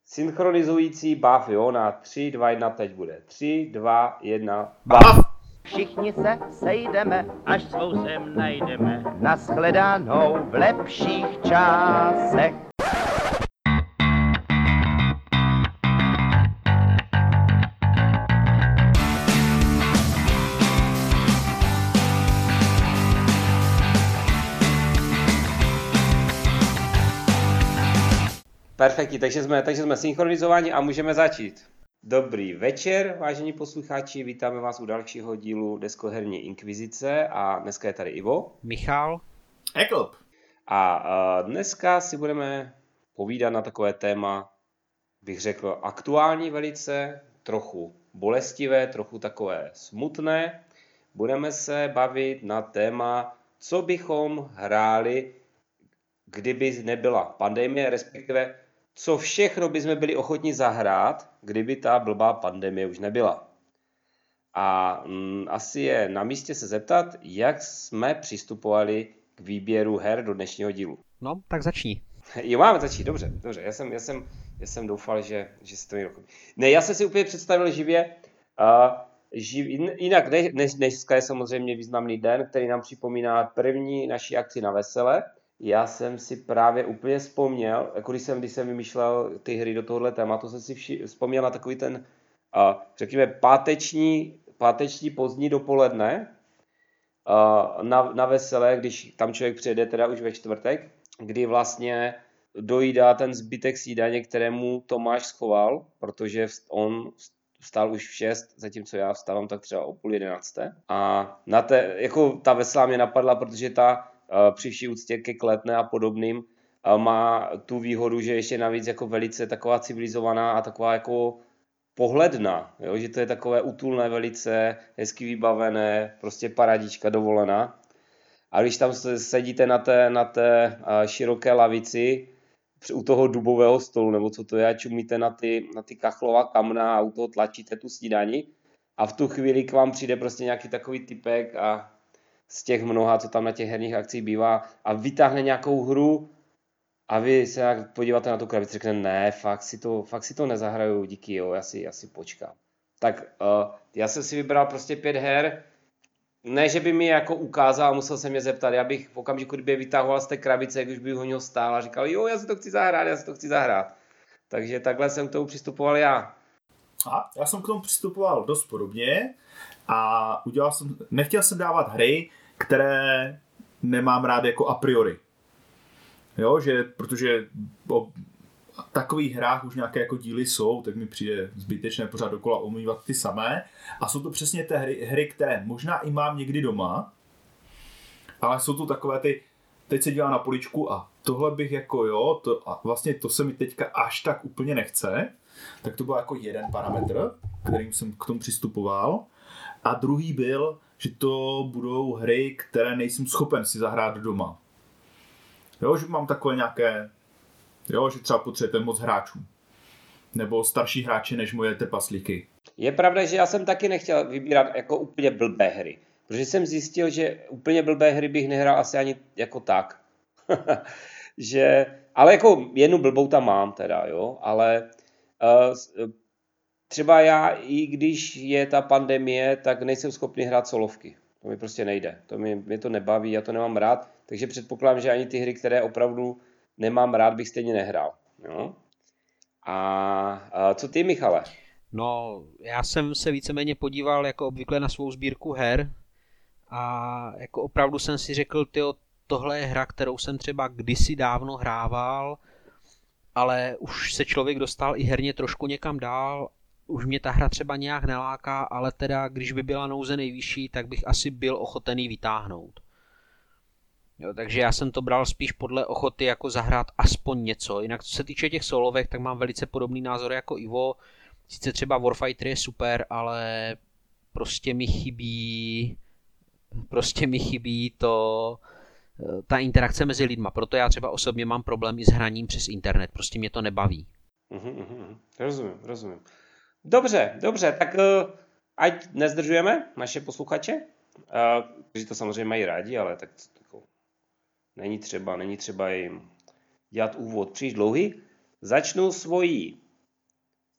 Synchronizující bav, jo, na 3, 2, 1, teď bude. 3, 2, 1, Bav! Všichni se sejdeme, Až svou sem najdeme. na shledanou v lepších časech. Perfektní, takže jsme synchronizováni a můžeme začít. Dobrý večer, vážení posluchači, vítáme vás u dalšího dílu Deskoherní inkvizice a dneska je tady Ivo. Michal. Eklb. A dneska si budeme povídat na takové téma, bych řekl, aktuální velice, trochu bolestivé, trochu takové smutné. Budeme se bavit na téma, co bychom hráli, kdyby nebyla pandemie, respektive co všechno bychom byli ochotni zahrát, kdyby ta blbá pandemie už nebyla. A asi je na místě se zeptat, jak jsme přistupovali k výběru her do dnešního dílu. No, tak začni. Jo, máme začít, dobře. Já jsem doufal, že se to někdo chodí. Ne, já jsem si úplně představil živě. Jinak dneska je samozřejmě významný den, který nám připomíná první naší akci na Vesele. Já jsem si právě úplně vzpomněl, jako když jsem vymýšlel ty hry do tohohle tématu, jsem si vzpomněl na takový ten, řekněme, páteční pozdní dopoledne na Veselé, když tam člověk přijede teda už ve čtvrtek, kdy vlastně dojídá ten zbytek snídaně, kterému Tomáš schoval, protože on vstal už v 6, zatímco já vstávám tak třeba o 10:30. A ta Veselá mě napadla, protože při vší úctě ke Kletné a podobným má tu výhodu, že ještě navíc jako velice taková civilizovaná a taková jako pohledná, jo? Že to je takové útulné, velice hezky vybavené, prostě paradička dovolená. A když tam sedíte na té široké lavici u toho dubového stolu, nebo co to je, a čumíte na ty kachlová kamna a u toho tlačíte tu snídani a v tu chvíli k vám přijde prostě nějaký takový typek a z těch mnoha, co tam na těch herních akcích bývá a vytáhne nějakou hru a vy se nějak podíváte na tu krabici, řekne ne, fakt si to nezahraju, díky, jo, já si počkám. Tak já jsem si vybral prostě 5 her, ne, že by mi je jako ukázal a musel jsem je zeptat, já bych v okamžiku, kdyby je vytahoval z té krabice, jak už bych ho něho stál a říkal, jo, já si to chci zahrát. Takže takhle jsem k tomu přistupoval já. A já jsem k tomu přistupoval dost podobně a nechtěl jsem dávat hry, které nemám rád jako a priori. Jo, protože o takových hrách už nějaké jako díly jsou, tak mi přijde zbytečné pořád dokola omývat ty samé. A jsou to přesně ty hry, které možná i mám někdy doma, ale jsou to takové teď se dívám na poličku a tohle bych jako a vlastně to se mi teďka až tak úplně nechce. Tak to byl jako jeden parametr, kterým jsem k tomu přistupoval. A druhý byl, že to budou hry, které nejsem schopen si zahrát doma. Jo, že mám takové nějaké, že třeba potřebujete moc hráčů. Nebo starší hráči než moje trpaslíky. Je pravda, že já jsem taky nechtěl vybírat jako úplně blbé hry. Protože jsem zjistil, že úplně blbé hry bych nehrál asi ani jako tak. Ale jako jednu blbou tam mám teda, jo. Ale třeba já, i když je ta pandemie, tak nejsem schopný hrát solovky. To mi prostě nejde. Mě to nebaví, já to nemám rád. Takže předpokládám, že ani ty hry, které opravdu nemám rád, bych stejně nehrál. Jo? A co ty, Michale? No, já jsem se víceméně podíval jako obvykle na svou sbírku her a jako opravdu jsem si řekl, tohle je hra, kterou jsem třeba kdysi dávno hrával, ale už se člověk dostal i herně trošku někam dál, už mě ta hra třeba nějak neláká, ale teda když by byla nouze nejvyšší, tak bych asi byl ochotený vytáhnout. Jo, takže já jsem to bral spíš podle ochoty jako zahrát aspoň něco. Jinak co se týče těch solovek, tak mám velice podobný názor jako Ivo. Sice třeba Warfighter je super, ale prostě mi chybí ta interakce mezi lidma. Proto já třeba osobně mám problém i s hraním přes internet. Prostě mě to nebaví. Rozumím. Dobře, tak ať nezdržujeme naše posluchače, kteří to samozřejmě mají rádi, ale tak není třeba jim dělat úvod příliš dlouhý. Začnu svojí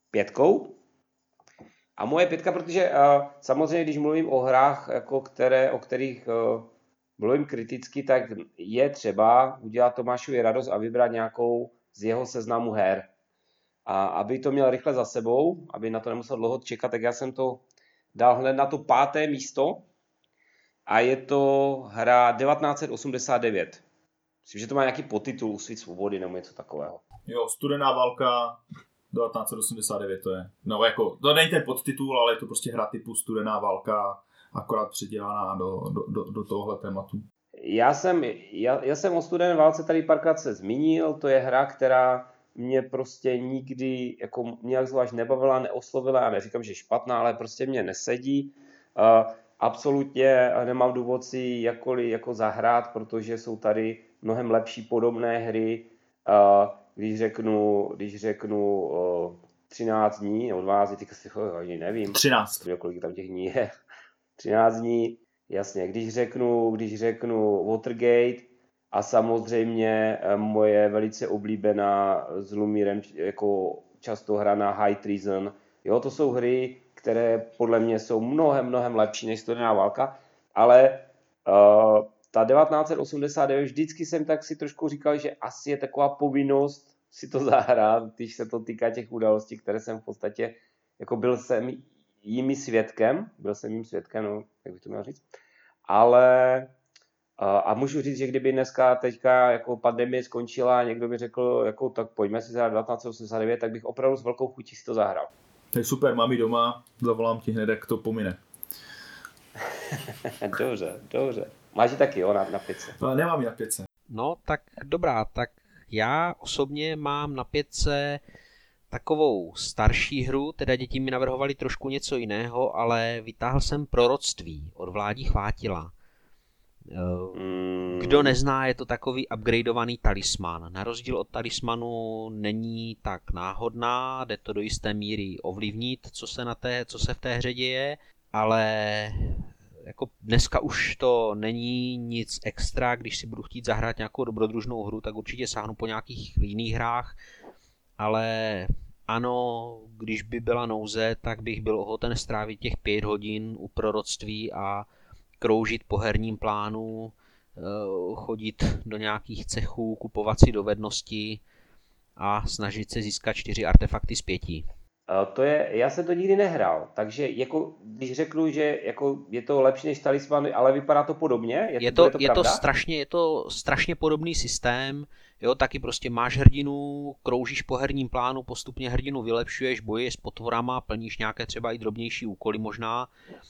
5. A moje 5, protože samozřejmě, když mluvím o hrách, jako o kterých mluvím kriticky, tak je třeba udělat Tomášovi radost a vybrat nějakou z jeho seznamu her. A aby to měl rychle za sebou, aby na to nemusel dlouho čekat, tak já jsem to dal hned na to 5. místo. A je to hra 1989. Myslím, že to má nějaký podtitul Úsvit svobody nebo něco takového. Jo, Studená válka 1989 to je. No jako, to není ten podtitul, ale je to prostě hra typu Studená válka, akorát předělaná do tohohle tématu. Já jsem o Studené válce tady párkrát se zmínil, to je hra, která mě prostě nikdy jako nějak zvlášť nebavila, neoslovila, já neříkám, že je špatná, ale prostě mě nesedí. Absolutně nemám důvod si jakkoliv jako zahrát, protože jsou tady mnohem lepší podobné hry. Když řeknu 13 dní, nebo 12 dní, teďka si ani nevím. 13. Kolik tam těch dní je. 13 dní, jasně. Když řeknu Watergate a samozřejmě moje velice oblíbená s Lumírem jako často hraná High Treason. Jo, to jsou hry, které podle mě jsou mnohem lepší než Studená válka, ale ta 1989 vždycky jsem tak si trošku říkal, že asi je taková povinnost si to zahrát, když se to týká těch událostí, které jsem v podstatě, jako byl jsem jim svědkem, no, jak bych to měl říct, ale a můžu říct, že kdyby dneska teďka jako pandemie skončila a někdo by řekl, jako, tak pojďme si zahrát 1989, tak bych opravdu s velkou chutí si to zahrál. To je super, mám ji doma, zavolám ti hned, jak to pomine. Dobře. Máš ji taky, jo, na 5. Nemám ji na 5. No, tak dobrá, tak já osobně mám na 5 takovou starší hru, teda děti mi navrhovali trošku něco jiného, ale vytáhl jsem Proroctví od Vládi Chvátila. Kdo nezná, je to takový upgradeovaný talisman. Na rozdíl od talismanu není tak náhodná, jde to do jisté míry ovlivnit, co se v té hře děje, ale jako dneska už to není nic extra, když si budu chtít zahrát nějakou dobrodružnou hru, tak určitě sáhnu po nějakých jiných hrách, ale ano, když by byla nouze, tak bych byl ochoten strávit těch 5 hodin u Proroctví a kroužit po herním plánu, chodit do nějakých cechů, kupovat si dovednosti a snažit se získat 4 artefakty z 5. Já jsem to nikdy nehrál, takže jako, když řeknu, že jako je to lepší než talisman, ale vypadá to podobně, je to strašně podobný systém, jo, taky prostě máš hrdinu, kroužíš po herním plánu, postupně hrdinu vylepšuješ, bojuješ s potvorama, plníš nějaké třeba i drobnější úkoly možná,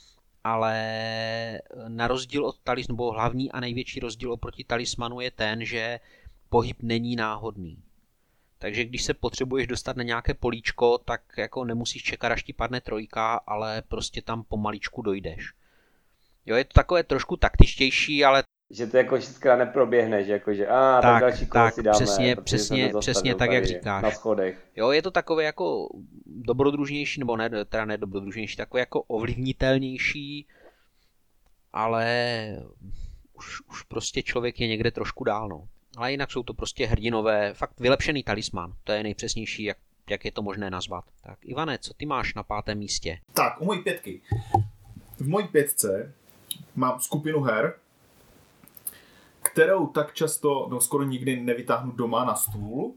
ale na rozdíl od talismanu, nebo hlavní a největší rozdíl oproti talismanu je ten, že pohyb není náhodný. Takže když se potřebuješ dostat na nějaké políčko, tak jako nemusíš čekat, až ti padne 3, ale prostě tam pomaličku dojdeš. Jo, je to takové trošku taktičtější, ale že to jako všechno neproběhne, že jako, že tak další kolo si dáme. Přesně tak, jak říkáš. Na schodech. Jo, je to takové jako dobrodružnější, nebo ne, teda ne dobrodružnější, takové jako ovlivnitelnější, ale už prostě člověk je někde trošku dál, no. Ale jinak jsou to prostě hrdinové, fakt vylepšený talisman. To je nejpřesnější, jak je to možné nazvat. Tak Ivane, co ty máš na 5. místě? Tak, u mojí 5. V mojí 5 mám skupinu her, kterou tak často, skoro nikdy nevytáhnu doma na stůl.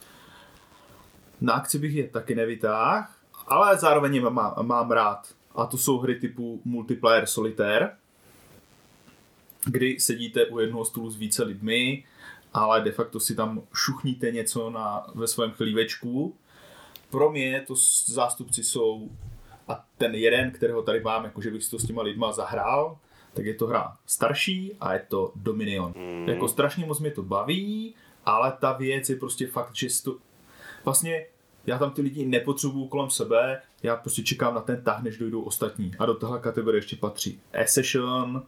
Na akci bych je taky nevytáhl, ale zároveň je mám rád. A to jsou hry typu multiplayer solitaire, kdy sedíte u jednoho stolu s více lidmi, ale de facto si tam šuchníte něco ve svém chlívečku. Pro mě to zástupci jsou, a ten jeden, kterého tady mám, jakože bych si to s těma lidma zahrál, tak je to hra starší a je to Dominion. Jako strašně moc mě to baví, ale ta věc je prostě fakt, že vlastně já tam ty lidi nepotřebuju kolem sebe, já prostě čekám na ten tah, než dojdou ostatní. A do téhle kategorie ještě patří Accession,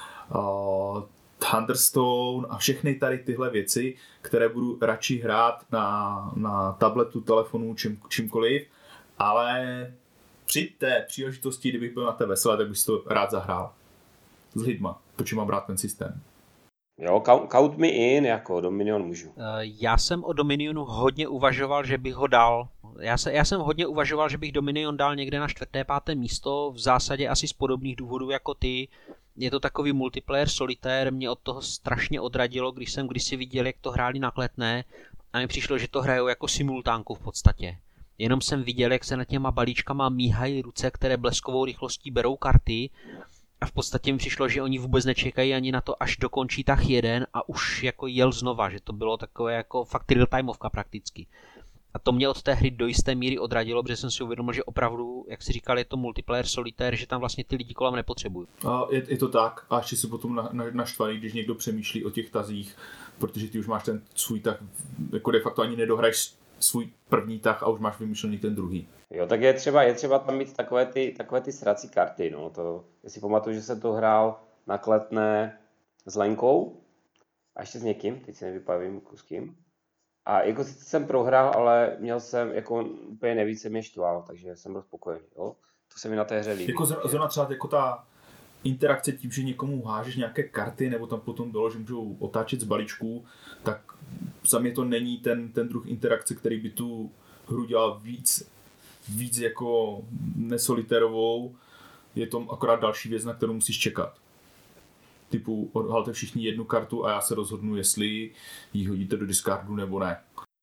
Thunderstone a všechny tady tyhle věci, které budu radši hrát na tabletu, telefonu, čímkoliv, ale při té příležitosti, kdybych byl na té veselé, tak bych si to rád zahrál s lidma, protože mám rád ten systém. Jo, count me in, jako Dominion můžu. Já jsem o Dominionu hodně uvažoval, že bych ho dal. Já jsem hodně uvažoval, že bych Dominion dal někde na 4., 5. místo, v zásadě asi z podobných důvodů jako ty. Je to takový multiplayer solitér, mě od toho strašně odradilo, když jsem kdysi viděl, jak to hráli na Kletné a mi přišlo, že to hrajou jako simultánku v podstatě. Jenom jsem viděl, jak se na těma balíčkama míhají ruce, které bleskovou rychlostí berou karty a v podstatě mi přišlo, že oni vůbec nečekají ani na to, až dokončí tah 1 a už jako jel znova, že to bylo takové jako fakt real-timeovka prakticky. A to mě od té hry do jisté míry odradilo, protože jsem si uvědomil, že opravdu, jak si říkal, je to multiplayer solitér, že tam vlastně ty lidi kolem nepotřebují. Je to tak a ještě se potom naštvaný, když někdo přemýšlí o těch tazích, protože ty už máš ten svůj tah, jako de facto ani nedohraješ svůj první tah a už máš vymyšlený ten druhý. Jo, tak je třeba tam mít takové ty srací karty, no, to, jestli pamatuju, že jsem to hrál na Kletné s Lenkou a ještě s někým, teď si nevypavím s kým. A jako sice jsem prohrál, ale měl jsem, jako úplně nejvíc mě štval, takže jsem byl spokojený, jo. To se mi na té hře líbí. Jako zrovna třeba jako ta interakce tím, že někomu hážeš nějaké karty, nebo tam potom bylo, že můžou otáčet z balíčků, tak za mě to není ten druh interakce, který by tu hru dělal víc jako nesolitérovou. Je to akorát další věc, na kterou musíš čekat. Typu, odhalte všichni jednu kartu a já se rozhodnu, jestli ji hodíte do discardu nebo ne.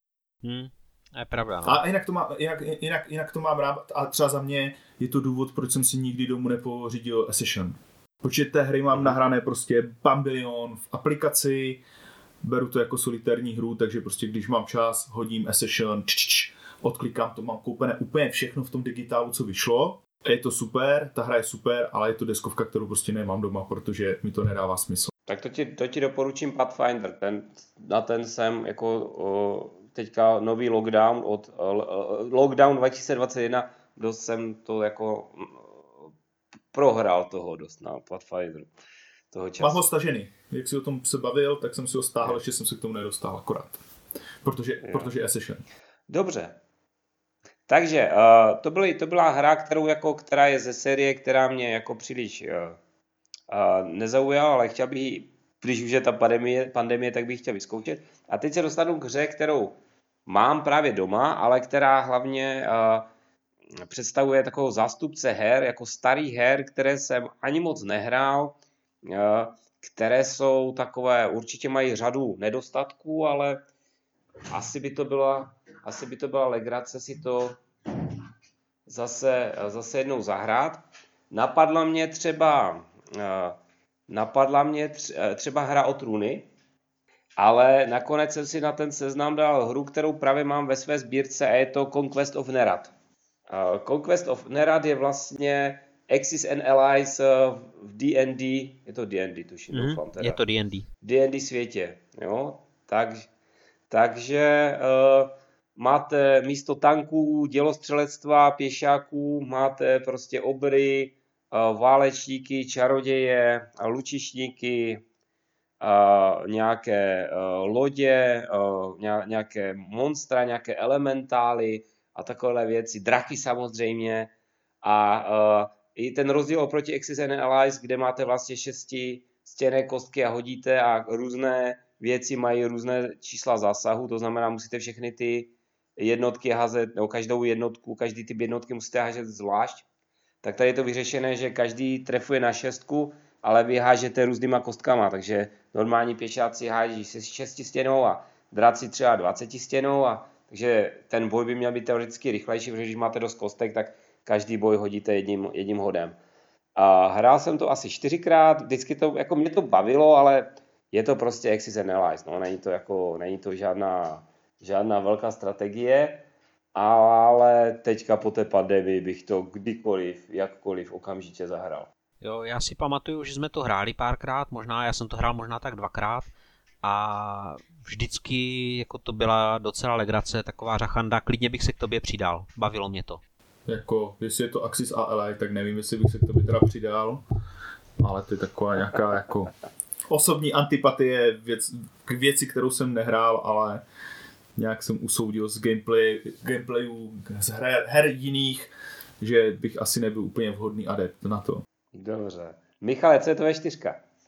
Je pravda, no. A jinak to mám rád a třeba za mě je to důvod, proč jsem si nikdy domů nepořídil Accession. Protože té hry mám nahrané prostě bambilion v aplikaci, beru to jako solitérní hru, takže prostě když mám čas, hodím Accession, odklikám to, mám koupené úplně všechno v tom digitálu, co vyšlo. Je to super, ta hra je super, ale je to deskovka, kterou prostě nemám doma, protože mi to nedává smysl. Tak to ti doporučím Pathfinder, na ten jsem jako teďka nový lockdown od lockdown 2021, dost jsem to jako prohrál toho dost na Pathfinder toho času. Mám ho stažený, jak si o tom se bavil, tak jsem si ho stáhl, ještě jsem se k tomu nedostal akorát, protože Accession. Dobře. Takže to byla hra, která je ze série, která mě jako příliš nezaujala, ale chtěl bych, když už je ta pandemie, tak bych chtěl vyzkoušet. A teď se dostanu k hře, kterou mám právě doma, ale která hlavně představuje takovou zástupce her, jako starých her, které jsem ani moc nehrál, které jsou takové, určitě mají řadu nedostatků, ale asi by to byla legrace si to zase jednou zahrát. Napadla mě třeba hra o trůny, ale nakonec jsem si na ten seznam dal hru, kterou právě mám ve své sbírce a je to Conquest of Nerad. Conquest of Nerad je vlastně Axis and Allies v D&D, je to D&D, tuším, doufám teda. Je to D&D. D&D světě, jo, takže máte místo tanků, dělostřelectva, pěšáků, máte prostě obry, válečníky, čaroděje, lučišníky, nějaké lodě, nějaké monstra, nějaké elementály a takové věci, draky samozřejmě. A i ten rozdíl oproti Axis and Allies, kde máte vlastně 6stěnné kostky a hodíte a různé věci mají různé čísla zásahu, to znamená, musíte všechny ty jednotky házet, nebo každý typ jednotky musíte házet zvlášť. Tak tady je to vyřešené, že každý trefuje na 6, ale vy hážete různýma kostkama, takže normální pěšáci háží se 6stěnou a draci třeba 20stěnou, takže ten boj by měl být teoreticky rychlejší, protože když máte dost kostek, tak každý boj hodíte jedním hodem. A hrál jsem to asi 4krát, vždycky to, jako mě to bavilo, ale je to prostě Axis and Allies, no, není to žádná velká strategie, ale teďka po té pandemii bych to kdykoliv, jakkoliv okamžitě zahrál. Jo, já si pamatuju, že jsme to hráli párkrát, já jsem to hrál možná tak 2krát a vždycky jako to byla docela legrace, taková řachanda, klidně bych se k tobě přidal, bavilo mě to. Jako, jestli je to Axis a Ally, tak nevím, jestli bych se k tobě teda přidal, ale to je taková nějaká jako osobní antipatie k věci, kterou jsem nehrál, ale nějak jsem usoudil z gameplayů z her jiných, že bych asi nebyl úplně vhodný adept na to. Dobře. Michale, co je tvoje 4?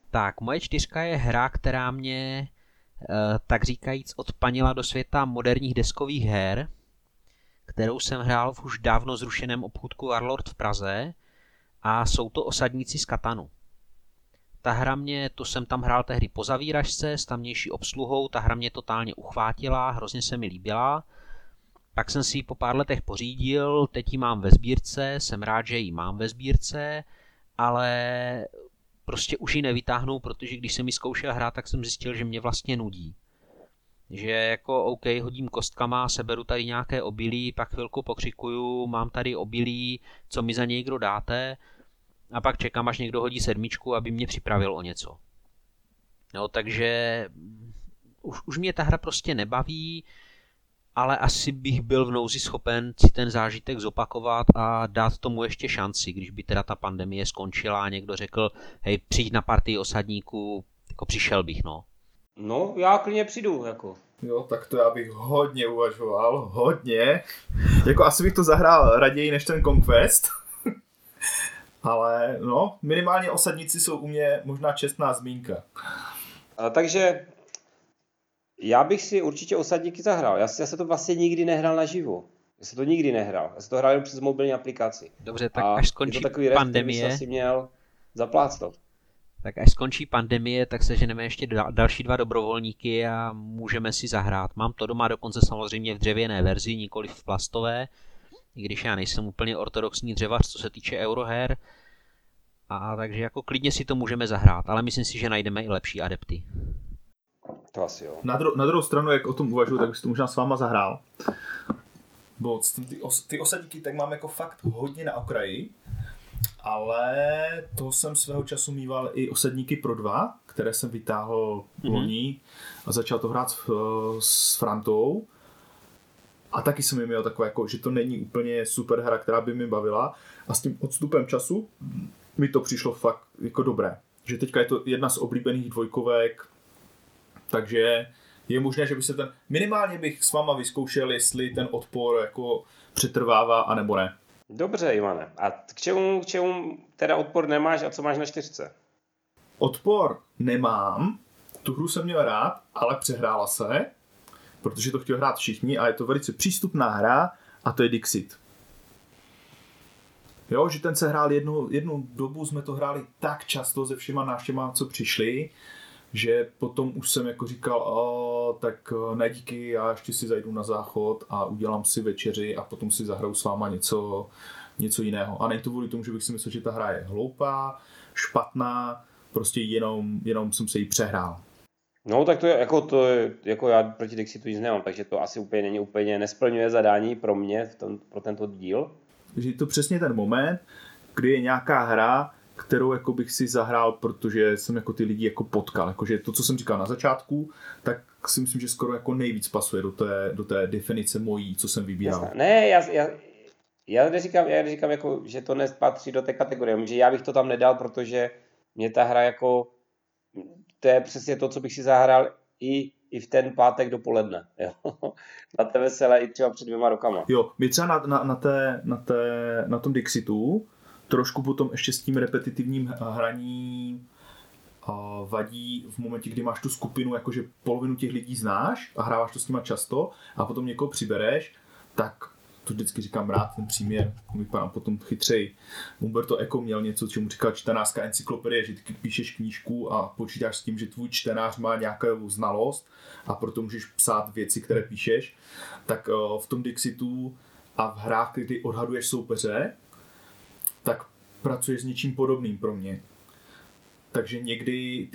Tak, moje 4 je hra, která mě, tak říkajíc, odpanila do světa moderních deskových her, kterou jsem hrál v už dávno zrušeném obchůdku Warlord v Praze, a jsou to Osadníci z Katanu. Ta hra mě, to jsem tam hrál tehdy po zavíračce s tamnější obsluhou, ta hra mě totálně uchvátila, hrozně se mi líbila. Pak jsem si ji po pár letech pořídil, teď ji mám ve sbírce, jsem rád, že ji mám ve sbírce, ale prostě už ji nevytáhnu, protože když jsem ji zkoušel hrát, tak jsem zjistil, že mě vlastně nudí. Že jako OK, hodím kostkama, seberu tady nějaké obilí, pak chvilku pokřikuju, mám tady obilí, co mi za něj kdo dáte, a pak čekám, až někdo hodí 7, aby mě připravil o něco. No, takže už mě ta hra prostě nebaví, ale asi bych byl v nouzi schopen si ten zážitek zopakovat a dát tomu ještě šanci, když by teda ta pandemie skončila a někdo řekl, hej, přijď na partii osadníků, jako přišel bych, no. No, já klidně přijdu, jako. Jo, tak to já bych hodně uvažoval, hodně. Jako asi bych to zahrál raději než ten Conquest. Ale no, minimálně Osadníci jsou u mě možná čestná zmínka. Takže já bych si určitě Osadníky zahrál. Já se to vlastně nikdy nehrál naživo. Já se to nikdy nehrál. Já se to hrál jenom přes mobilní aplikaci. Dobře, tak až skončí pandemie, bych si měl zaplácnout. Tak až skončí pandemie, tak seženeme ještě další 2 dobrovolníky a můžeme si zahrát. Mám to doma dokonce samozřejmě v dřevěné verzi, nikoli v plastové, i když já nejsem úplně ortodoxní dřevař, co se týče euroher. A takže jako klidně si to můžeme zahrát, ale myslím si, že najdeme i lepší adepty. To asi jo. Na druhou stranu, jak o tom uvažuji, tak bych si to možná s váma zahrál. Bo ty osadníky tak mám jako fakt hodně na okraji, ale to jsem svého času mýval i Osadníky pro 2, které jsem vytáhl loni a začal to hrát s Frantou. A taky jsem měl takové, jako, že to není úplně super hra, která by mi bavila. A s tím odstupem času mi to přišlo fakt jako dobré. Že teďka je to jedna z oblíbených dvojkovek, takže je možné, že by se ten... Minimálně bych s váma vyzkoušel, jestli ten odpor jako přetrvává, anebo ne. Dobře, Ivane. A k čemu teda odpor nemáš a co máš na 4? Odpor nemám. Tu hru jsem měl rád, ale přehrála se, protože to chtěl hrát všichni a je to velice přístupná hra a to je Dixit. Jo, že ten se hrál jednu dobu, jsme to hráli tak často se všema návštěvama, co přišli, že potom už jsem jako říkal, tak ne díky, já ještě si zajdu na záchod a udělám si večeři a potom si zahraju s váma něco jiného. A není to kvůli tomu, že bych si myslel, že ta hra je hloupá, špatná, prostě jenom jsem se jí přehrál. No tak to jako já proti Dixitu nic nemám, takže to asi úplně nesplňuje zadání pro mě pro tento díl. Takže je to přesně ten moment, kdy je nějaká hra, kterou jako bych si zahrál, protože jsem jako ty lidi jako potkal. Jakože to, co jsem říkal na začátku, tak si myslím, že skoro jako nejvíc pasuje do té definice mojí, co jsem vybíral. Jasné. Ne, já neříkám jako, že to nepatří do té kategorie, že já bych to tam nedal, protože mě ta hra jako, to je přesně to, co bych si zahrál i v ten pátek dopoledne. Jo? Na té veselé i třeba před 2 rokama. Jo, my třeba na tom Dixitu trošku potom ještě s tím repetitivním hraním vadí v momentě, kdy máš tu skupinu, jakože polovinu těch lidí znáš a hráváš to s nima často a potom někoho přibereš, tak to vždycky říkám rád, ten příměr, vypadám potom chytřej. Umberto Eco měl něco, čemu říkal čtenářská encyklopedie, že ty píšeš knížku a počítáš s tím, že tvůj čtenář má nějakou znalost a proto můžeš psát věci, které píšeš. Tak v tom Dixitu a v hrách, kdy odhaduješ soupeře, tak pracuješ s něčím podobným pro mě. Takže někdy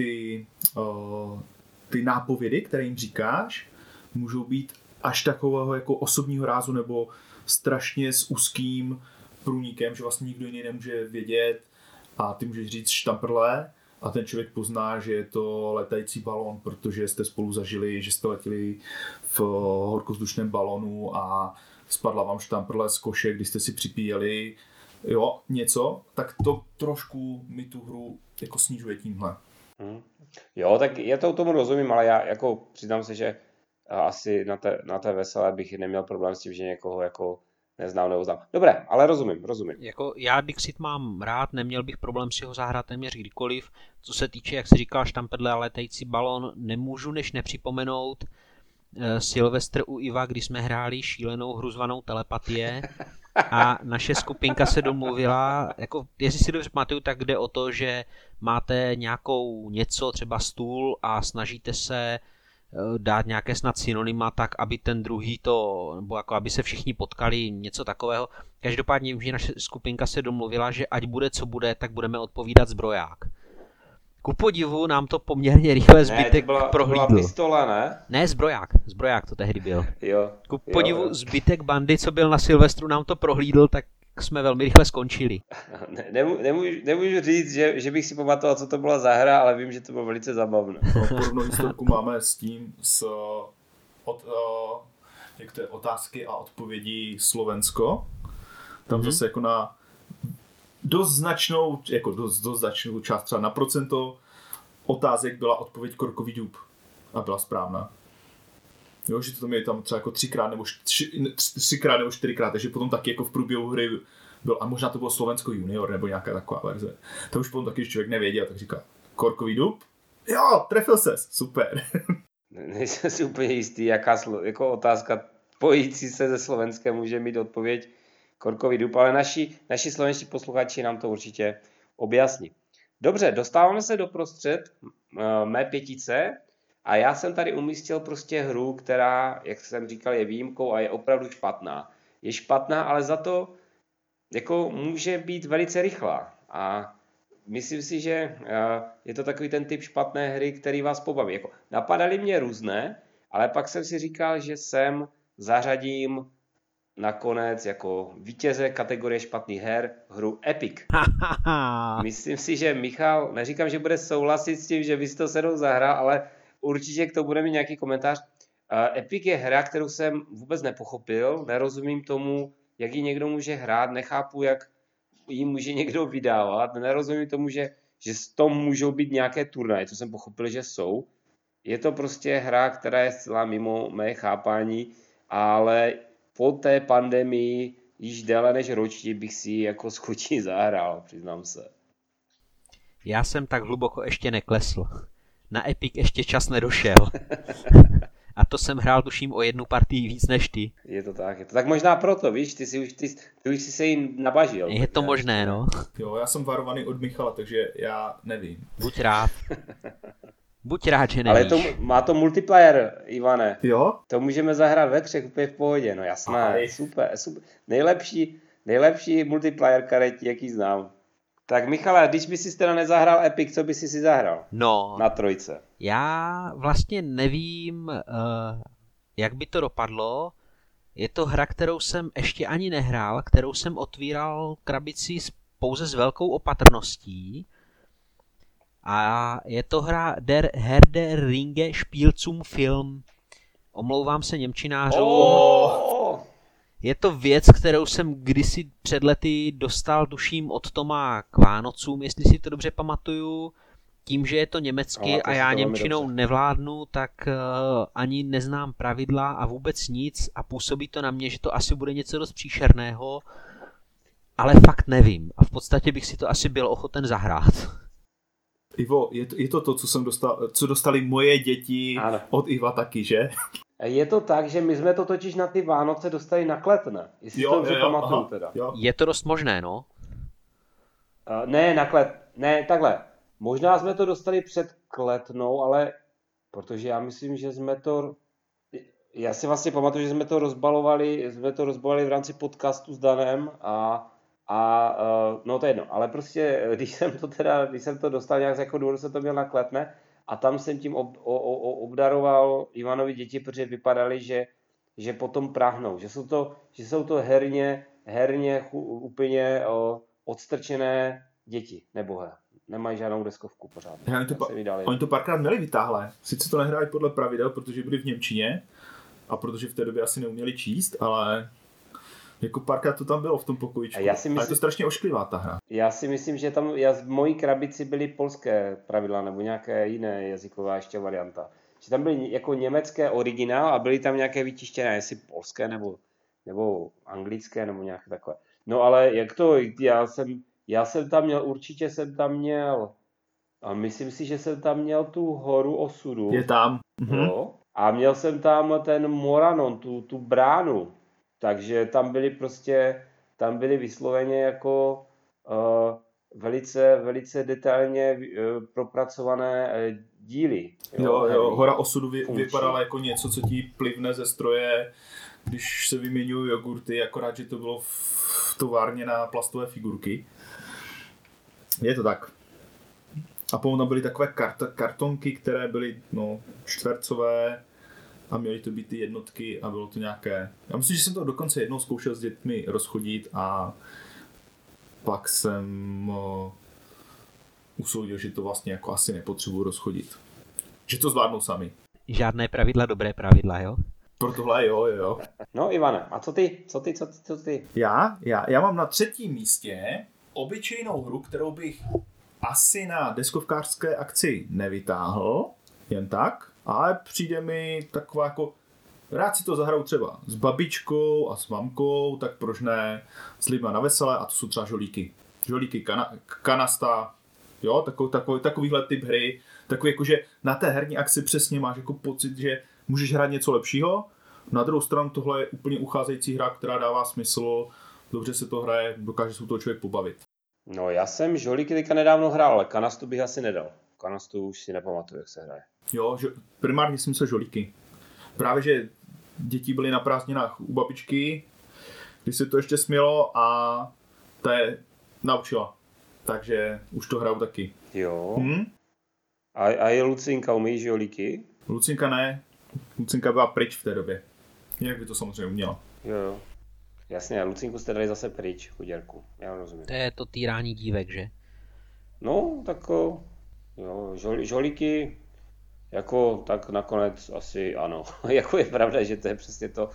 ty nápovědy, které jim říkáš, můžou být až takového jako osobního rázu nebo strašně s úzkým průnikem, že vlastně nikdo jiný nemůže vědět a ty můžeš říct štamprle a ten člověk pozná, že je to letající balón, protože jste spolu zažili, že jste letěli v horkovzdušném balonu a spadla vám štamprle z koše, když jste si připíjeli něco, tak to trošku mi tu hru jako snižuje tímhle. Jo, tak já to tomu rozumím, ale já jako přiznám se, že asi na té veselé bych neměl problém s tím, že někoho jako neznám. Dobré, ale rozumím. Jako já Dixit mám rád, neměl bych problém si ho zahrát téměř kdykoliv. Co se týče, jak jsi říkal, štamperle a letající balon, nemůžu než nepřipomenout Silvestr u Iva, kdy jsme hráli šílenou hru zvanou Telepatie a naše skupinka se domluvila, jako jestli si dobře pamatuju, tak jde o to, že máte nějakou něco, třeba stůl a snažíte se dát nějaké snad synonyma tak, aby ten druhý to, nebo jako aby se všichni potkali, něco takového. Každopádně vím, že naše skupinka se domluvila, že ať bude co bude, tak budeme odpovídat zbroják. Ku podivu nám to poměrně rychle zbytek prohlídl. To byla pistole, ne? Ne, zbroják to tehdy byl. Jo. Ku podivu zbytek bandy, co byl na Silvestru, nám to prohlídl, tak jsme velmi rychle skončili. Nemůžu říct, že bych si pamatoval, co to byla za hra, ale vím, že to bylo velice zabavné. Podobnou historku máme s tím, jak to je, otázky a odpovědi Slovensko. Tam zase jako na dost značnou část, třeba na procento otázek byla odpověď korkový dub a byla správná. Jo, že to tam je tam třeba jako třikrát nebo čtyřikrát, takže potom taky jako v průběhu hry byl, a možná to bylo Slovensko junior nebo nějaká taková verze. To už potom taky, když člověk nevěděl, tak říká korkový dub? Jo, trefil ses, super. Nejsem si úplně jistý, jaká jako otázka pojící se ze Slovenskem může mít odpověď korkový dub, ale naši slovenští posluchači nám to určitě objasní. Dobře, dostáváme se doprostřed mé pětice a já jsem tady umístil prostě hru, která, jak jsem říkal, je výjimkou a je opravdu špatná. Je špatná, ale za to jako může být velice rychlá a myslím si, že je to takový ten typ špatné hry, který vás pobaví. Jako, napadaly mě různé, ale pak jsem si říkal, že sem zařadím nakonec jako vítěze kategorie špatných her hru Epic. Myslím si, že Michal, neříkám, že bude souhlasit s tím, že vy jste to se mnou zahrál, ale určitě k tomu bude mít nějaký komentář. Epic je hra, kterou jsem vůbec nepochopil, nerozumím tomu, jak ji někdo může hrát, nechápu, jak ji může někdo vydávat, nerozumím tomu, že z tom můžou být nějaké turnaje, co jsem pochopil, že jsou. Je to prostě hra, která je zcela mimo mé chápání, ale po té pandemii již déle než ročí bych si jako s chutí zahrál, přiznám se. Já jsem tak hluboko ještě neklesl. Na Epic ještě čas nedošel. A to jsem hrál tuším o jednu partii víc než ty. Je to tak. Tak možná proto, víš, ty už si se jim nabažil. Je to možné, no. Jo, já jsem varovaný od Michala, takže já nevím. Buď rád. Buď rád, že nevíš. Ale má to multiplayer, Ivane. Jo? To můžeme zahrát ve třech úplně v pohodě, no jasné. Super. Nejlepší multiplayer karet, jaký znám. Tak Michale, když by si teda nezahrál Epic, co by si zahrál? No. Na trojce. Já vlastně nevím, jak by to dopadlo. Je to hra, kterou jsem ještě ani nehrál, kterou jsem otvíral krabici pouze s velkou opatrností. A je to hra Der Herr der Ringe Spiel zum Film. Omlouvám se němčinářům. Je to věc, kterou jsem kdysi před lety dostal, tuším, od Toma k Vánocům, jestli si to dobře pamatuju. Tím, že je to německy a já němčinou nevládnu, tak ani neznám pravidla a vůbec nic a působí to na mě, že to asi bude něco dost příšerného, ale fakt nevím a v podstatě bych si to asi byl ochoten zahrát. Ivo, je to, co dostali moje děti od Iva taky, že? Je to tak, že my jsme to totiž na ty Vánoce dostali na Kletne. Jestli to dobře pamatuju teda. Jo. Je to dost možné, no? Ne, takhle. Možná jsme to dostali před Kletnou, ale protože já myslím, že jsme to... Já si vlastně pamatuju, že jsme to rozbalovali v rámci podcastu s Danem no to je jedno, ale prostě, když jsem to dostal nějak jako důvodu, jsem to měl na Kletné a tam jsem tím obdaroval Ivanovi děti, protože vypadaly, že potom práhnou, že jsou to herně úplně odstrčené děti, nebohé. Nemají žádnou deskovku pořád. Oni to párkrát měli vytáhlé. Sice to nehráli podle pravidel, protože byli v němčině a protože v té době asi neuměli číst, ale jako párkrát to tam bylo v tom pokojíčku. A je to strašně ošklivá ta hra. Já si myslím, že tam v mojí krabici byly polské pravidla nebo nějaké jiné jazykové ještě varianta. Že tam byly jako německé originál a byly tam nějaké vytištěné, jestli polské nebo nebo anglické, nebo nějaké takové. No ale jak to, já jsem tam měl, určitě jsem tam měl, a myslím si, že jsem tam měl tu horu osudu. Je tam. Jo. A měl jsem tam ten Moranon, tu bránu. Takže tam byly vysloveně jako velice detailně propracované díly. Jo, hora osudu vypadala jako něco, co ti plivne ze stroje, když se vyměňují jogurty, akorát, že to bylo v továrně na plastové figurky. Je to tak. A potom tam byly takové kartonky, které byly čtvercové a měly to být ty jednotky a bylo to nějaké... Já myslím, že jsem to dokonce jednou zkoušel s dětmi rozchodit a pak jsem usoudil, že to vlastně jako asi nepotřebuji rozchodit. Že to zvládnou sami. Žádné pravidla, dobré pravidla, jo? Pro tohle jo. No Ivane, a co ty? Já mám na 3. místě obyčejnou hru, kterou bych asi na deskovkářské akci nevytáhl, jen tak, ale přijde mi taková jako, rád si to zahraju třeba s babičkou a s mamkou, tak proč ne s lidma na veselé, a to jsou třeba žolíky. Žolíky, kanasta, jo, takovýhle typ hry, takový jako, že na té herní akci přesně máš jako pocit, že můžeš hrát něco lepšího. Na druhou stranu tohle je úplně ucházející hra, která dává smysl, dobře se to hraje, dokáže se u toho člověk pobavit. No já jsem žolíky teďka nedávno hrál, ale kanastu bych asi nedal. Kanastu už si nepamatuju, jak se hraje. Jo, primárně jsem se žolíky. Právě, že děti byly na prázdninách u babičky, když se to ještě smělo a ta je naučila. Takže už to hraju taky. Jo. A je Lucinka, umíš žolíky? Lucinka ne. Lucinka byla pryč v té době. Jinak by to samozřejmě uměla. Jo. Jasně, Lucinku jste dali zase pryč, chuděrku. Já rozumím. To je to týrání dívek, že? No, tak jo, žolíky, jako tak nakonec asi ano. Jako je pravda, že to je přesně to,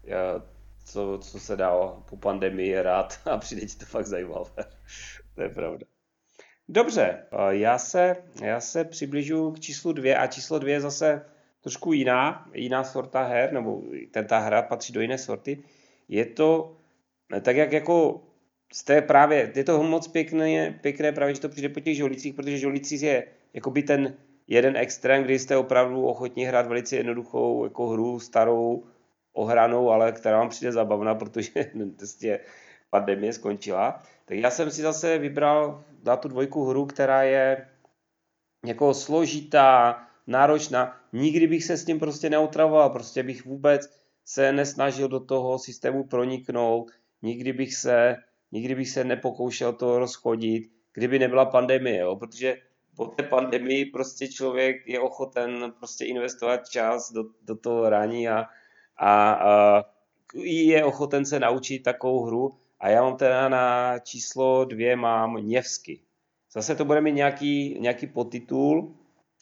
co se dá po pandemii hrát a přijde ti to fakt zajímavé. To je pravda. Dobře, já se přibližuji k číslu 2 a číslo 2 je zase trošku jiná sorta her, nebo ta hra patří do jiné sorty. Je to tak, jak jako je to moc pěkné právě, že to přijde po těch žolících, protože žolíci je jakoby ten jeden extrém, kdy jste opravdu ochotní hrát velice jednoduchou jako hru, starou, ohranou, ale která vám přijde zabavná, protože pandemie skončila. Tak já jsem si zase vybral na tu 2 hru, která je jako složitá, náročná. Nikdy bych se s tím prostě neotravoval, prostě bych vůbec se nesnažil do toho systému proniknout, nikdy bych se nepokoušel to rozchodit, kdyby nebyla pandemie, jo? Protože po té pandemii prostě člověk je ochoten prostě investovat čas do toho hraní a je ochoten se naučit takovou hru. A já mám teda na číslo 2 mám Něvsky. Zase to bude mít nějaký podtitul.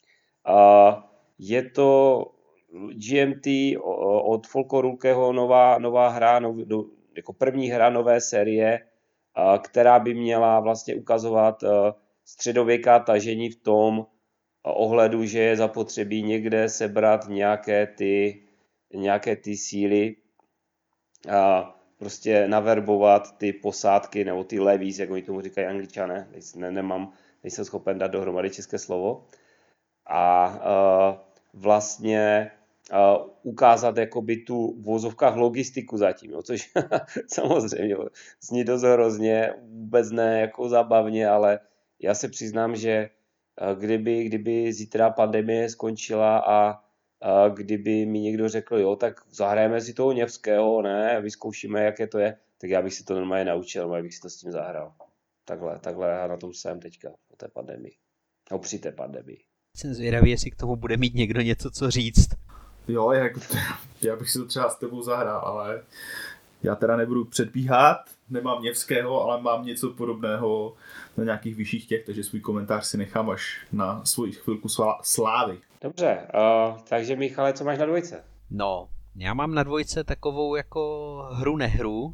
Je to GMT od Folko Rulkeho nová hra, jako první hra nové série, která by měla vlastně ukazovat středověká tažení v tom ohledu, že je zapotřebí někde sebrat nějaké ty síly a prostě naverbovat ty posádky nebo ty levies, jak oni tomu říkají Angličané, nejsem schopen dát dohromady české slovo. A vlastně ukázat jakoby tu v vozovkách logistiku zatím, jo, což samozřejmě zní dost hrozně, vůbec ne jako zábavně, ale já se přiznám, že kdyby zítra pandemie skončila a kdyby mi někdo řekl, jo, tak zahrajeme si toho Něvského, ne, vyzkoušíme, jaké to je, tak já bych si to normálně naučil, normálně bych si to s tím zahrál. Takhle na tom jsem teďka po té pandemii. No při té pandemii. Jsem zvědavý, jestli k tomu bude mít někdo něco co říct. Jo, já bych si to třeba s tebou zahrál, ale já teda nebudu předbíhat, nemám Něvského, ale mám něco podobného na nějakých vyšších těch, takže svůj komentář si nechám až na svou chvilku slávy. Dobře, takže Michale, co máš na 2? No, já mám na 2 takovou jako hru nehru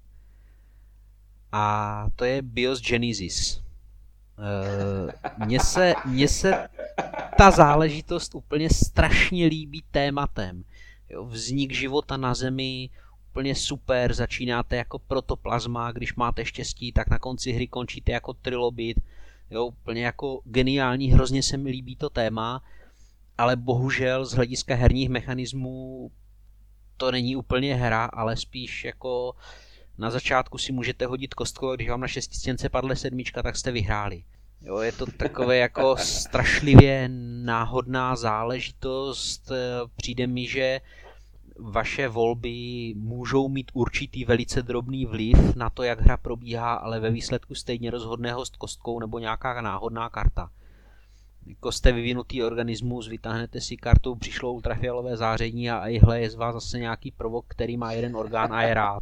a to je BIOS Genesis. Mně se ta záležitost úplně strašně líbí tématem. Jo, vznik života na Zemi, úplně super, začínáte jako protoplazma, když máte štěstí, tak na konci hry končíte jako trilobit, jo, úplně jako geniální, hrozně se mi líbí to téma, ale bohužel z hlediska herních mechanismů to není úplně hra, ale spíš jako na začátku si můžete hodit kostkou a když vám na šestistěnce padne 7, tak jste vyhráli. Jo, je to takové jako strašlivě náhodná záležitost. Přijde mi, že vaše volby můžou mít určitý velice drobný vliv na to, jak hra probíhá, ale ve výsledku stejně rozhodne host kostkou nebo nějaká náhodná karta. Jako jste vyvinutý organismus, vytáhnete si kartu, přišlo ultrafialové záření a ihle je z vás zase nějaký provok, který má jeden orgán a je rád.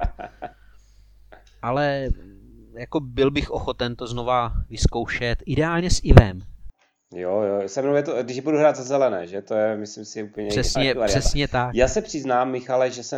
Ale jako byl bych ochoten to znova vyzkoušet, ideálně s Ivem. Jo, se mnou je to, když budu hrát za zelené, že to je, myslím si, úplně přesně tak. Já se přiznám, Michale, že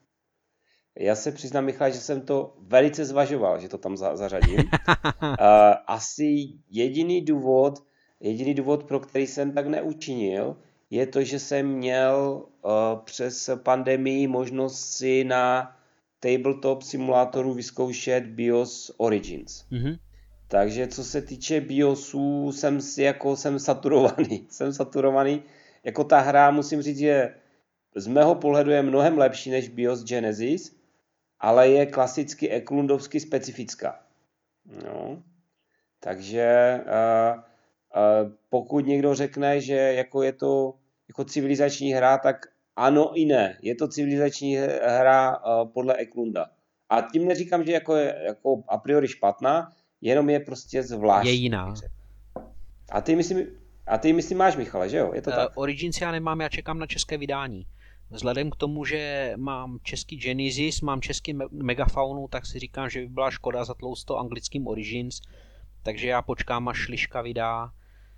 jsem to velice zvažoval, že to tam zařadím. Asi jediný důvod, pro který jsem tak neučinil, je to, že jsem měl přes pandemii možnost si na tabletop simulátoru vyzkoušet BIOS Origins. Mm-hmm. Takže co se týče BIOSů, jsem saturovaný. Jako ta hra, musím říct, že z mého pohledu je mnohem lepší než BIOS Genesis, ale je klasicky eklundovsky specifická. No. Takže pokud někdo řekne, že jako je to jako civilizační hra, tak ano i ne. Je to civilizační hra podle Eklunda. A tím neříkám, že je jako a priori špatná, jenom je prostě zvláštní. Je jiná. A ty myslím máš, Michale, že jo? Je to tak? Origins já nemám, já čekám na české vydání. Vzhledem k tomu, že mám český Genesis, mám český Megafaunu, tak si říkám, že by byla škoda zatlouct to anglickým Origins, takže já počkám, až Liška vydá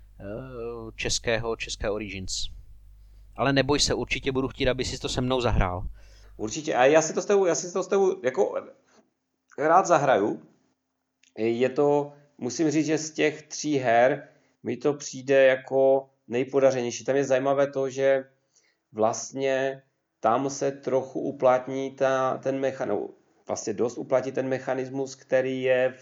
české Origins. Ale neboj se, určitě budu chtít, aby si to se mnou zahrál. Určitě, a já si to s tebou jako rád zahraju. Je to, musím říct, že z těch 3 her mi to přijde jako nejpodařenější. Tam je zajímavé to, že vlastně tam se trochu uplatní ten mechanismus, vlastně dost uplatí ten mechanismus, který je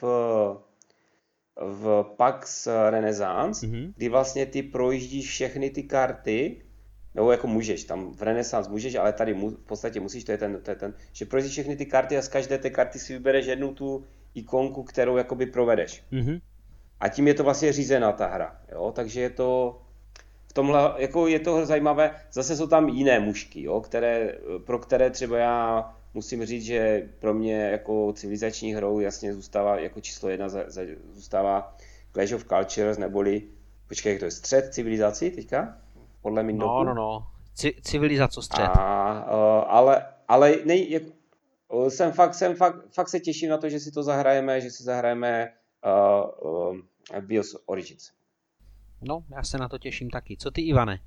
v PAX Renaissance, kdy vlastně ty projíždíš všechny ty karty, nebo jako můžeš, tam v Renaissance můžeš, ale tady v podstatě musíš, to je ten, že projíždíš všechny ty karty a z každé té karty si vybereš jednu tu ikonku, kterou jakoby provedeš. Mm-hmm. A tím je to vlastně řízená ta hra, jo, takže je to v tomhle, jako je to zajímavé, zase jsou tam jiné mužky, jo, pro které třeba já musím říct, že pro mě jako civilizační hrou jasně zůstává jako číslo 1 zůstává Clash of Cultures, neboli, počkej, jak to je, střed civilizací teďka? Podle Mindoku? No. Civilizace střed. Ale fakt se těším na to, že si to zahrajeme, BIOS Origins. No, já se na to těším taky. Co ty, Ivane?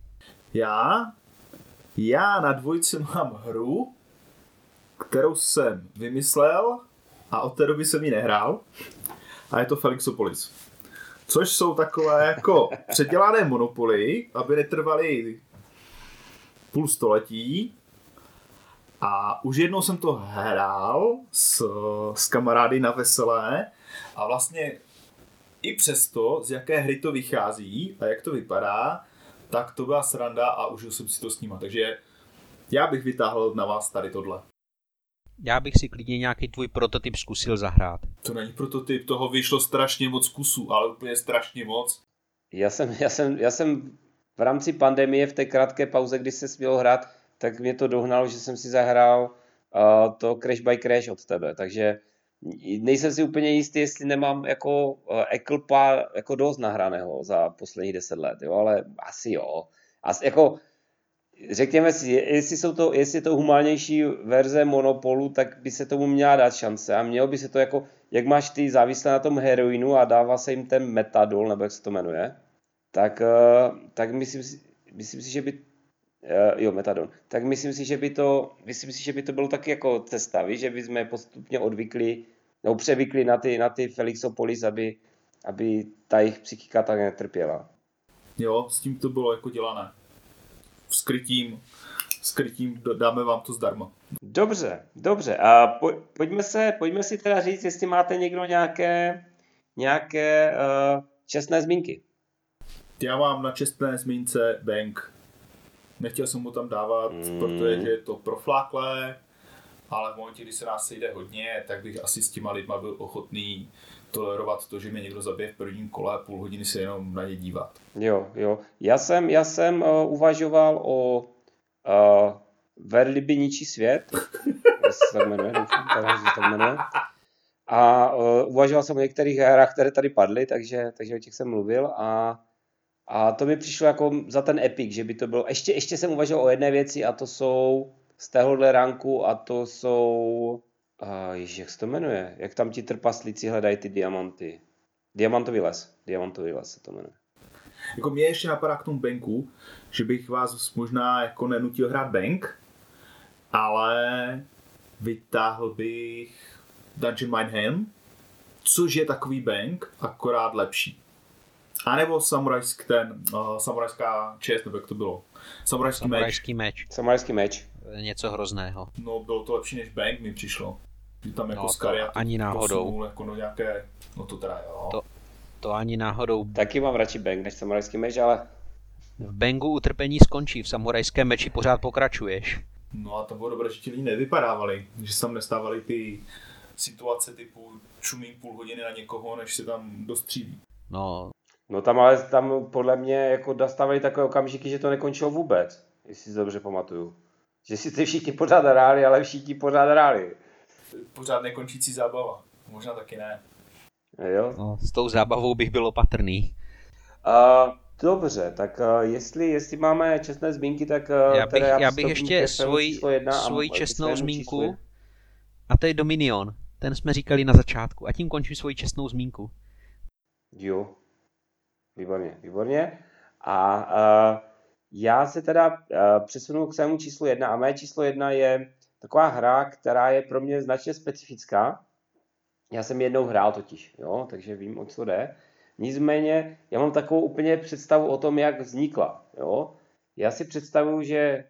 Já na dvojce mám hru, kterou jsem vymyslel a od té doby jsem ji nehrál. A je to Felixopolis. Což jsou takové jako předělané monopoly, aby netrvaly půl století. A už jednou jsem to hrál s kamarády na veselé a vlastně i přesto, z jaké hry to vychází a jak to vypadá, tak to byla sranda a užil jsem si to s nima. Takže já bych vytáhl na vás tady tohle. Já bych si klidně nějaký tvůj prototyp zkusil zahrát. To není prototyp, toho vyšlo strašně moc kusů, ale úplně strašně moc. Já jsem v rámci pandemie v té krátké pauze, kdy se smělo hrát, tak mě to dohnalo, že jsem si zahrál to Crash by Crash od tebe, takže nejsem si úplně jistý, jestli nemám jako Eklpa jako dost nahraného za posledních 10 let, jo, ale asi jo. Jako, řekněme si, jestli je to humánnější verze Monopolu, tak by se tomu měla dát šance a mělo by se to jako, jak máš ty závislé na tom heroinu a dává se jim ten metadol, nebo jak se to jmenuje, tak myslím si, že by metadon. Tak myslím si, že by to bylo taky jako cesta, víš, že bychom postupně převykli na ty Felixopolis, aby ta jejich psychika tak netrpěla. Jo, s tím to bylo jako dělané. Skrytím s krytím dáme vám to zdarma. Dobře. A pojďme si teda říct, jestli máte někdo nějaké čestné zmínky. Já mám na čestné zmínce Bank. Nechtěl jsem mu tam dávat, protože je to profláklé, ale v momentě, kdy se nás sejde hodně, tak bych asi s těma lidma byl ochotný tolerovat to, že mě někdo zabije v prvním kole a půl hodiny se jenom na ně dívat. Jo. Já jsem uvažoval o Verliby ničí svět, jestli se tak jmenuje, doufám, že se tak jmenuje. A uvažoval jsem o některých hrách, které tady padly, takže o těch jsem mluvil a to mi přišlo jako za ten epic, že by to bylo, ještě jsem uvažoval o jedné věci a to jsou z téhohle ranku a to jsou, jak se to jmenuje, jak tam ti trpaslíci hledají ty diamanty. Diamantový les se to jmenuje. Jako mě ještě napadá k tomu Banku, že bych vás možná jako nenutil hrát Bank, ale vytáhl bych Dungeon Mayhem, což je takový Bank, akorát lepší. A nebo samurajská čest, nebo jak to bylo? Samurajský meč. Samurajský meč. Něco hrozného. No, bylo to lepší než Bank, mi přišlo. Tam jako Skaria ani náhodou. Posunul, jako no nějaké, no to teda jo. To ani náhodou. Taky mám radši Bank než samurajský meč, ale v Bangu utrpení skončí, v samurajském meči pořád pokračuješ. No a to bylo dobré, že ti lidi nevypadávali, že se tam nestávaly ty situace typu čumím půl hodiny na někoho, než se tam dostřílí. No tam podle mě jako dostávali takové okamžiky, že to nekončilo vůbec, jestli si dobře pamatuju. Že si ty všichni pořád hráli, ale všichni pořád hráli. Pořád nekončící zábava, možná taky ne. Jo? No, s tou zábavou bych byl opatrný. Dobře, tak jestli máme čestné zmínky, tak já bych ještě svoji čestnou zmínku a to je Dominion. Ten jsme říkali na začátku a tím končím svoji čestnou zmínku. Jo, výborně. A já se teda přesunu k svému číslu 1 a mé číslo 1 je taková hra, která je pro mě značně specifická. Já jsem jednou hrál totiž, jo, takže vím, o co jde. Nicméně já mám takovou úplně představu o tom, jak vznikla. Jo. Já si představuju, že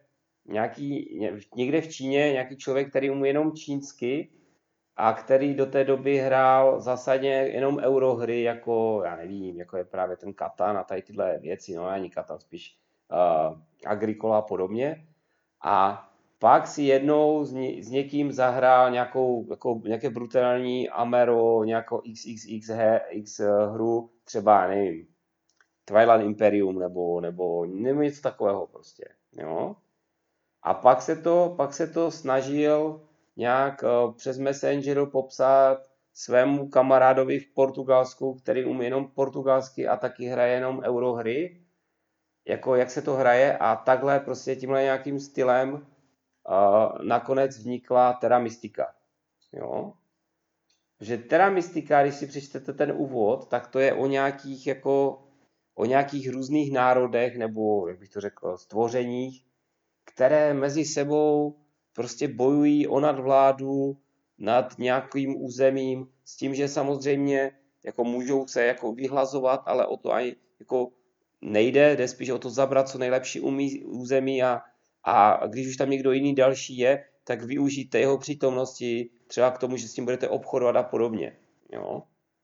někde v Číně nějaký člověk, který umí jenom čínsky a který do té doby hrál zásadně jenom eurohry, jako já nevím, jako je právě ten Katan a tady tyhle věci, no ani Katan, spíš Agricola a podobně. A pak si jednou s někým zahrál nějaké brutální Amero, nějakou XXX hru, třeba, nevím, Twilight Imperium nebo něco takového prostě, jo. A pak se to snažil nějak přes Messengeru popsat svému kamarádovi v Portugalsku, který umí jenom portugalsky a taky hraje jenom eurohry, jako jak se to hraje a takhle prostě tímhle nějakým stylem nakonec vznikla Terra Mystica. Jo? Že Terra Mystica, když si přečtete ten úvod, tak to je o nějakých různých národech, nebo jak bych to řekl, stvořeních, které mezi sebou prostě bojují o nadvládu nad nějakým územím, s tím, že samozřejmě jako můžou se jako vyhlazovat, ale o to ani jako nejde, jde spíš o to zabrat co nejlepší území a když už tam někdo jiný další je, tak využijte jeho přítomnosti třeba k tomu, že s tím budete obchodovat a podobně. Jo?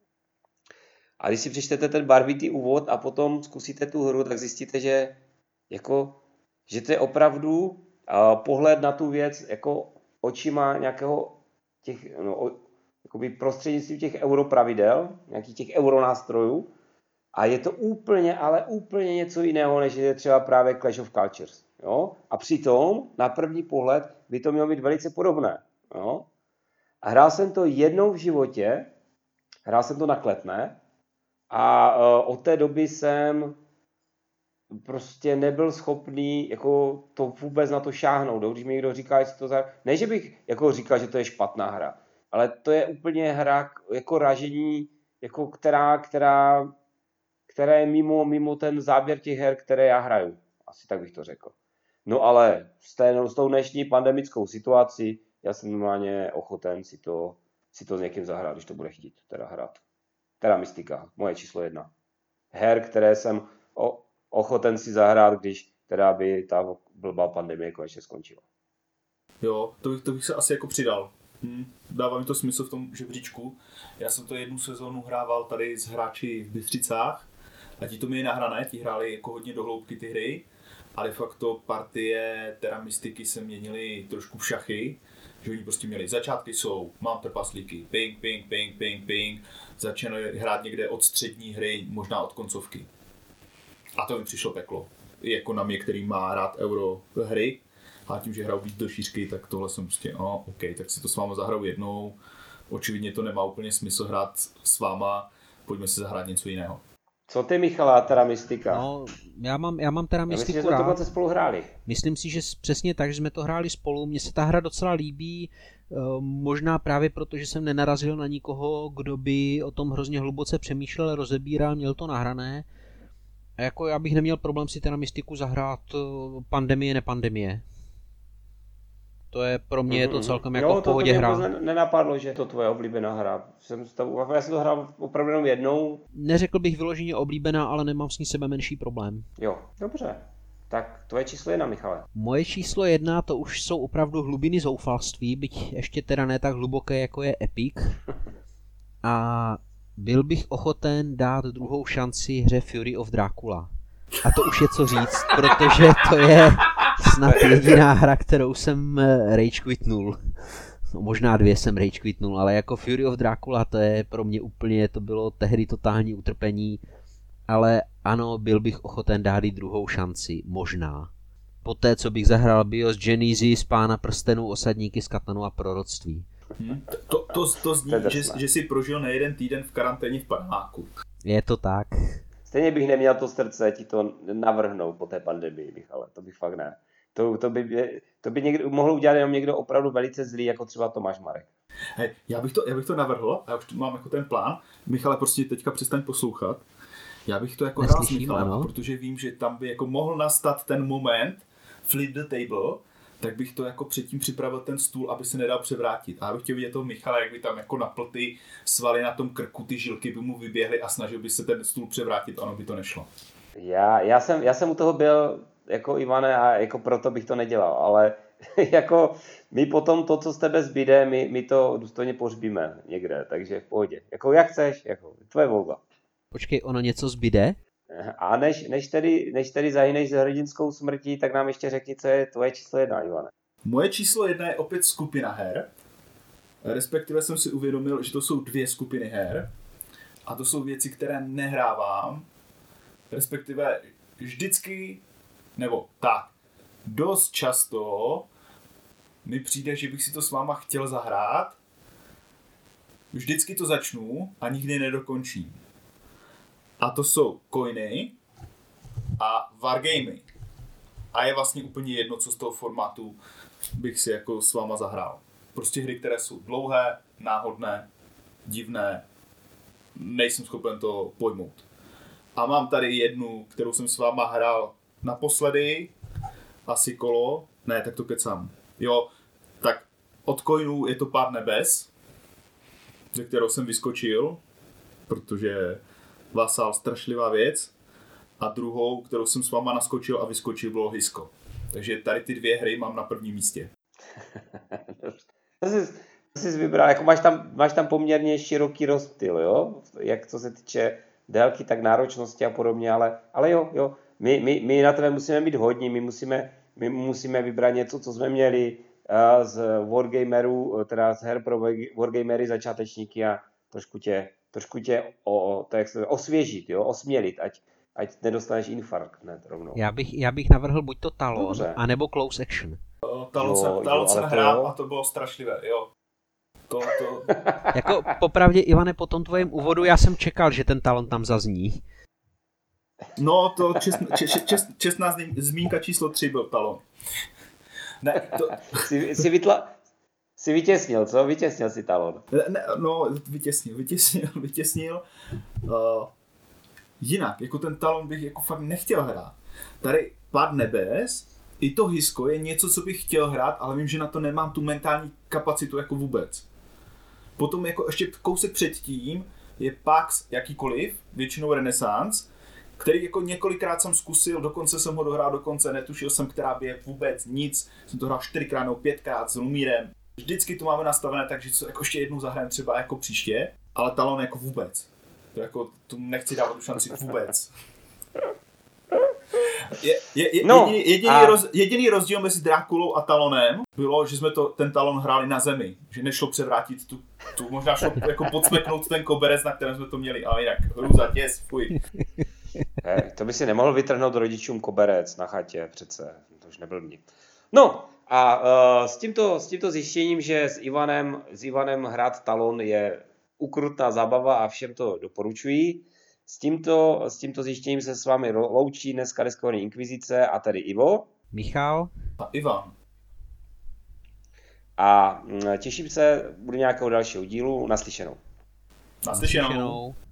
A když si přečtete ten barvitý úvod a potom zkusíte tu hru, tak zjistíte, že to je opravdu pohled na tu věc jako očima nějakého prostřednictvím těch europravidel, nějakých těch euronástrojů. A je to ale úplně něco jiného, než je třeba právě Clash of Cultures. Jo? A přitom, na první pohled, by to mělo být velice podobné. Jo? A hrál jsem to jednou v životě, hrál jsem to na Kletné a od té doby jsem prostě nebyl schopný jako to vůbec na to šáhnout. Když mi někdo říká, jestli to ne, že bych jako říkal, že to je špatná hra, ale to je úplně hra jako ražení, jako která je mimo ten záběr těch her, které já hraju. Asi tak bych to řekl. No ale s tou dnešní pandemickou situací já jsem normálně ochoten si to s někým zahrát, když to bude chtít teda hrát. Terra Mystica, moje číslo 1. Her, které jsem ochoten si zahrát, když teda by ta blbá pandemie konečně skončila. Jo, to bych se asi jako přidal. Dává mi to smysl v tom žebříčku. Já jsem to jednu sezónu hrával tady s hráči v Bystřicách a ti to měli nahrané, ti hráli jako hodně do hloubky ty hry a de facto partie Mystiky se měnily trošku v šachy, že oni prostě měli začátky mám trpaslíky, ping, ping, ping, ping, ping, začínají hrát někde od střední hry, možná od koncovky. A to mi přišlo peklo. Jako na mě, který má rád euro hry, a tím, že hraju víc do šířky, tak tohle jsem prostě, OK, tak si to s váma zahraju jednou. Očividně to nemá úplně smysl hrát s váma, pojďme si zahrát něco jiného. Co ty, Michala, Terra Mystica? No, já mám Terra Mysticu rád. Myslím, že jsme to spolu hráli. Myslím si, že přesně tak, že jsme to hráli spolu. Mně se ta hra docela líbí, možná právě proto, že jsem nenarazil na nikoho, kdo by o tom hrozně hluboce přemýšlel, rozebíral, měl to nahrané. A jako já bych neměl problém si Terra Mysticu zahrát pandemie, nepandemie. To je pro mě to celkem jako v pohodě hra. To nenapadlo, že to tvoje oblíbená hra. Já jsem to hrál opravdu jenom jednou. Neřekl bych vyloženě oblíbená, ale nemám s ní sebe menší problém. Jo, dobře. Tak tvoje číslo 1, Michale. Moje číslo 1 to už jsou opravdu hlubiny zoufalství, byť ještě teda ne tak hluboké, jako je Epic. A byl bych ochoten dát druhou šanci hře Fury of Dracula. A to už je co říct, protože to je snad jediná hra, kterou jsem rage quitnul. No, možná 2 jsem rage quitnul, ale jako Fury of Dracula to je pro mě úplně, to bylo tehdy totální utrpení. Ale ano, byl bych ochoten dát i druhou šanci, možná. Poté, co bych zahrál BIOS Genesis, Pána prstenů, Osadníky z Katanu a Proroctví. To zní, že jsi prožil nejeden týden v karanténě v paneláku. Je to tak. Stejně bych neměl to srdce ti to navrhnout po té pandemii, Michale, to bych fakt ne. To by někdo, mohl udělat jenom někdo opravdu velice zlý, jako třeba Tomáš Marek. Hej, já bych to navrhl, a já už mám jako ten plán. Michale, prostě teďka přestaň poslouchat. Já bych to jako hrál s Michalem, protože vím, že tam by jako mohl nastat ten moment, flip the table, tak bych to jako předtím připravil ten stůl, aby se nedal převrátit. A já bych chtěl vidět toho Michala, jak by tam jako napl ty svaly na tom krku, ty žilky by mu vyběhly a snažil by se ten stůl převrátit, ono by to nešlo. Já jsem u toho byl jako Ivane a jako proto bych to nedělal, ale jako my potom to, co z tebe zbyde, my to důstojně pohřbíme někde, takže v pohodě. Jako jak chceš, jako tvoje volba. Počkej, ono něco zbyde? A než tedy zahyneš s hrdinskou smrtí, tak nám ještě řekni, co je tvoje číslo 1, Ivane. Moje číslo 1 je opět skupina her. Respektive jsem si uvědomil, že to jsou 2 skupiny her. A to jsou věci, které nehrávám. Respektive vždycky, nebo tak, dost často mi přijde, že bych si to s váma chtěl zahrát. Vždycky to začnu a nikdy nedokončím. A to jsou coiny a wargamy. A je vlastně úplně jedno, co z toho formátu bych si jako s váma zahrál. Prostě hry, které jsou dlouhé, náhodné, divné, nejsem schopen to pojmout. A mám tady jednu, kterou jsem s váma hrál naposledy, asi kolo, ne, tak to kecám. Jo, tak od coinů je to Pád nebes, ze kterou jsem vyskočil, protože Vasal strašlivá věc. A druhou, kterou jsem s váma naskočil a vyskočil, bylo Hisko. Takže tady ty 2 hry mám na prvním místě. To jsi vybral, jako máš tam poměrně široký rozptyl, jo? Jak co se týče délky, tak náročnosti a podobně, ale jo. My na tebe musíme být hodní, my musíme vybrat něco, co jsme měli z wargamerů, teda z her pro wargamery začátečníky a trošku tě osvěžit, jo? Osmělit, ať nedostaneš infarkt hned rovnou. Já bych navrhl buď to Talon, dobře, anebo Close Action. Talon jsem hrál a to bylo strašlivé, jo. To. Jako popravdě, Ivane, po tom tvojem úvodu já jsem čekal, že ten Talon tam zazní. No, to čestná zmínka číslo 3 byl Talon. Ne, to... Jsi vytěsnil, co? Vytěsnil si Talon. Ne, no, vytěsnil. Jinak, jako ten Talon bych jako fakt nechtěl hrát. Tady Pád nebes, i to Hisko je něco, co bych chtěl hrát, ale vím, že na to nemám tu mentální kapacitu jako vůbec. Potom jako ještě kousek předtím je Pax jakýkoliv, většinou Renaissance, který jako několikrát jsem zkusil, dokonce jsem ho dohrál do konce, netušil jsem, která by je vůbec nic, jsem to hrál 4x nebo 5x s Lumírem. Vždycky to máme nastavené, takže to jako ještě jednou zahrajem třeba jako příště, ale Talon jako vůbec. To jako, tu nechci dávat tu šanci vůbec. Jediný rozdíl mezi Drákulou a Talonem bylo, že jsme ten Talon hráli na zemi, že nešlo převrátit tu možná šlo jako podsmeknout ten koberec, na kterém jsme to měli, ale jinak hrůza, děs, fuj. To by si nemohl vytrhnout rodičům koberec na chatě přece, to už nebyl mě. No a s tímto zjištěním, že s Ivanem hrát Talon je ukrutná zábava a všem to doporučuji. S tímto zjištěním se s vámi loučí dneska Deskovaný inkvizice a tady Ivo. Michal. A Ivan. A těším se, bude nějakého dalšího dílu. Naslyšenou. Naslyšenou.